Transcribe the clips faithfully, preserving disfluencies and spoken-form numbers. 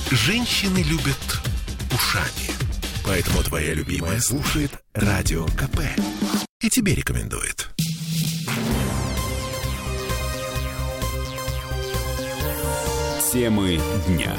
Женщины любят ушами. Поэтому твоя любимая слушает Радио КП. И тебе рекомендует. Темы дня.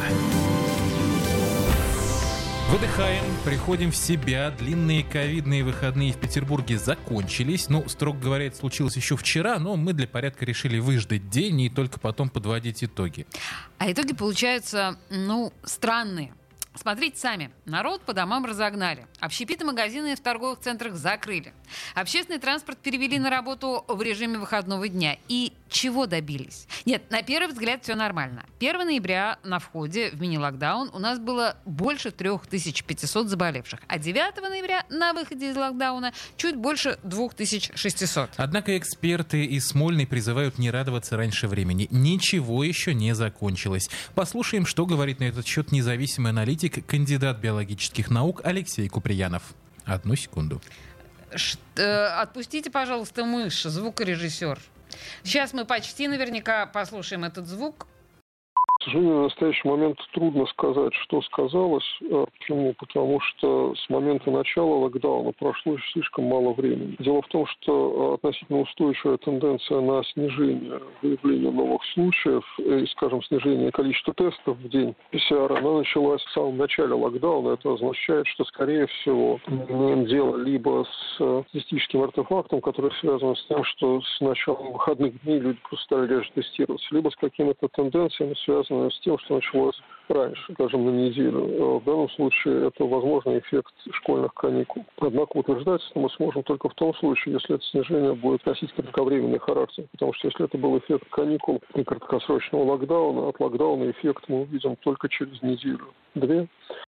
Выдыхаем, приходим в себя. Длинные ковидные выходные в Петербурге закончились. Ну, строго говоря, это случилось еще вчера, но мы для порядка решили выждать день и только потом подводить итоги. А итоги получаются, ну, странные. Смотрите сами. Народ по домам разогнали. Общепиты, магазины в торговых центрах закрыли. Общественный транспорт перевели на работу в режиме выходного дня. И чего добились? Нет, на первый взгляд все нормально. первого ноября на входе в мини-локдаун у нас было больше три тысячи пятьсот заболевших. А девятого ноября на выходе из локдауна чуть больше две тысячи шестьсот. Однако эксперты из Смольной призывают не радоваться раньше времени. Ничего еще не закончилось. Послушаем, что говорит на этот счет независимый аналитик, кандидат биологических наук Алексей Куприянов. Одну секунду. Ш- э, отпустите, пожалуйста, мышь, звукорежиссер. Сейчас мы почти наверняка послушаем этот звук. К сожалению, в настоящий момент трудно сказать, что сказалось. Почему? Потому что с момента начала локдауна прошло слишком мало времени. Дело в том, что относительно устойчивая тенденция на снижение выявления новых случаев и, скажем, снижение количества тестов в день пи си ар, она началась в самом начале локдауна. Это означает, что, скорее всего, мы имеем дело либо с статистическим артефактом, который связан с тем, что с началом выходных дней люди просто стали реже тестироваться, либо с какими-то тенденциями, связанными с тем, что началось раньше, скажем, на неделю. В данном случае это возможный эффект школьных каникул. Однако утверждать это мы сможем только в том случае, если это снижение будет носить кратковременный характер. Потому что если это был эффект каникул и краткосрочного локдауна, от локдауна эффект мы увидим только через неделю-две.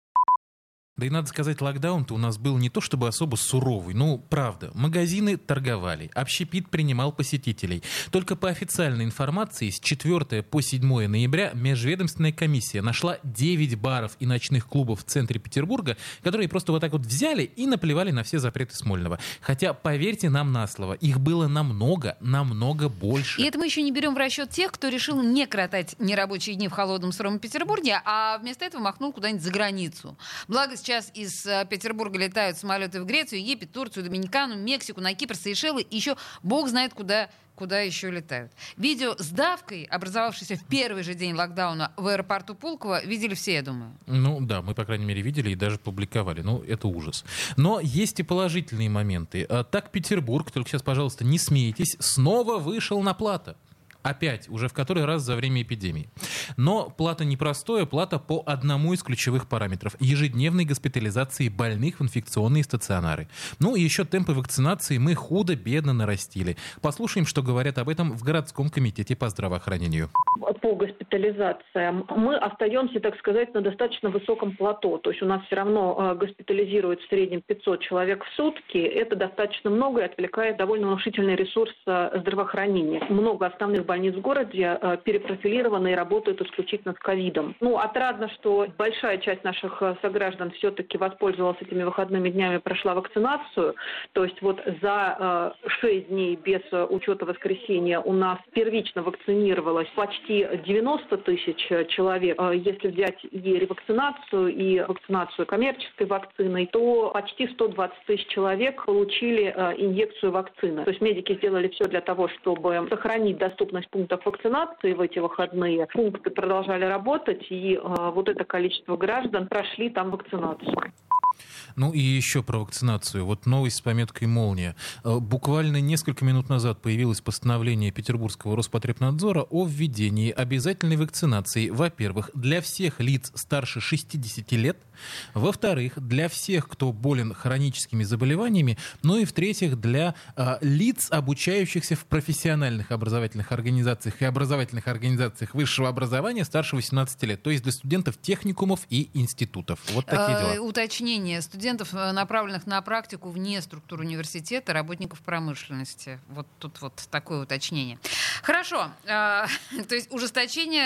Да и надо сказать, локдаун-то у нас был не то чтобы особо суровый. Ну, правда, магазины торговали, общепит принимал посетителей. Только по официальной информации с четвёртого по седьмое ноября межведомственная комиссия нашла девять баров и ночных клубов в центре Петербурга, которые просто вот так вот взяли и наплевали на все запреты Смольного. Хотя, поверьте нам на слово, их было намного, намного больше. И это мы еще не берем в расчет тех, кто решил не кротать нерабочие дни в холодном сыром Петербурге, а вместо этого махнул куда-нибудь за границу. Благо сейчас из Петербурга летают самолеты в Грецию, Египет, Турцию, Доминикану, Мексику, на Кипр, Сейшелы и еще бог знает куда, куда еще летают. Видео с давкой, образовавшейся в первый же день локдауна в аэропорту Пулково, видели все, я думаю. Ну да, мы, по крайней мере, видели и даже публиковали. Ну, это ужас. Но есть и положительные моменты. Так Петербург, только сейчас, пожалуйста, не смейтесь, снова вышел на плато. Опять, уже в который раз за время эпидемии. Но плата непростая, плата по одному из ключевых параметров – ежедневной госпитализации больных в инфекционные стационары. Ну и еще темпы вакцинации мы худо-бедно нарастили. Послушаем, что говорят об этом в городском комитете по здравоохранению. По госпитализациям мы остаемся, так сказать, на достаточно высоком плато. То есть у нас все равно госпитализируют в среднем пятьсот человек в сутки. Это достаточно много и отвлекает довольно внушительный ресурс здравоохранения. Много основных больниц в городе перепрофилированы и работают исключительно с ковидом. Ну, отрадно, что большая часть наших сограждан все-таки воспользовалась этими выходными днями, прошла вакцинацию. То есть вот за шесть дней без учета воскресенья у нас первично вакцинировалось почти девяносто тысяч человек. Если взять и ревакцинацию, и вакцинацию коммерческой вакциной, то почти сто двадцать тысяч человек получили инъекцию вакцины. То есть медики сделали все для того, чтобы сохранить доступность пунктов вакцинации в эти выходные. Пункты продолжали работать, и вот это количество граждан прошли там вакцинацию. Ну и еще про вакцинацию. Вот новость с пометкой «Молния». Буквально несколько минут назад появилось постановление Петербургского Роспотребнадзора о введении обязательной вакцинации, во-первых, для всех лиц старше шестидесяти лет, во-вторых, для всех, кто болен хроническими заболеваниями, ну и в-третьих, для э, лиц, обучающихся в профессиональных образовательных организациях и образовательных организациях высшего образования старше восемнадцати лет, то есть для студентов техникумов и институтов. Вот такие дела. Э, уточнение. Студентов, направленных на практику вне структур университета, работников промышленности. Вот тут вот такое уточнение. Хорошо. Э, то есть ужесточение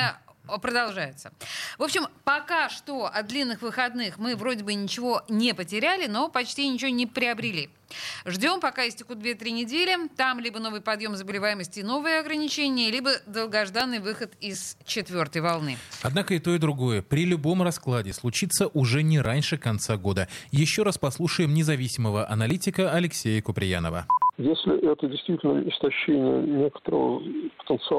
продолжается. В общем, пока что от длинных выходных мы вроде бы ничего не потеряли, но почти ничего не приобрели. Ждем, пока истекут две-три недели. Там либо новый подъем заболеваемости и новые ограничения, либо долгожданный выход из четвертой волны. Однако и то, и другое при любом раскладе случится уже не раньше конца года. Еще раз послушаем независимого аналитика Алексея Куприянова. Если это действительно истощение некоторого потенциала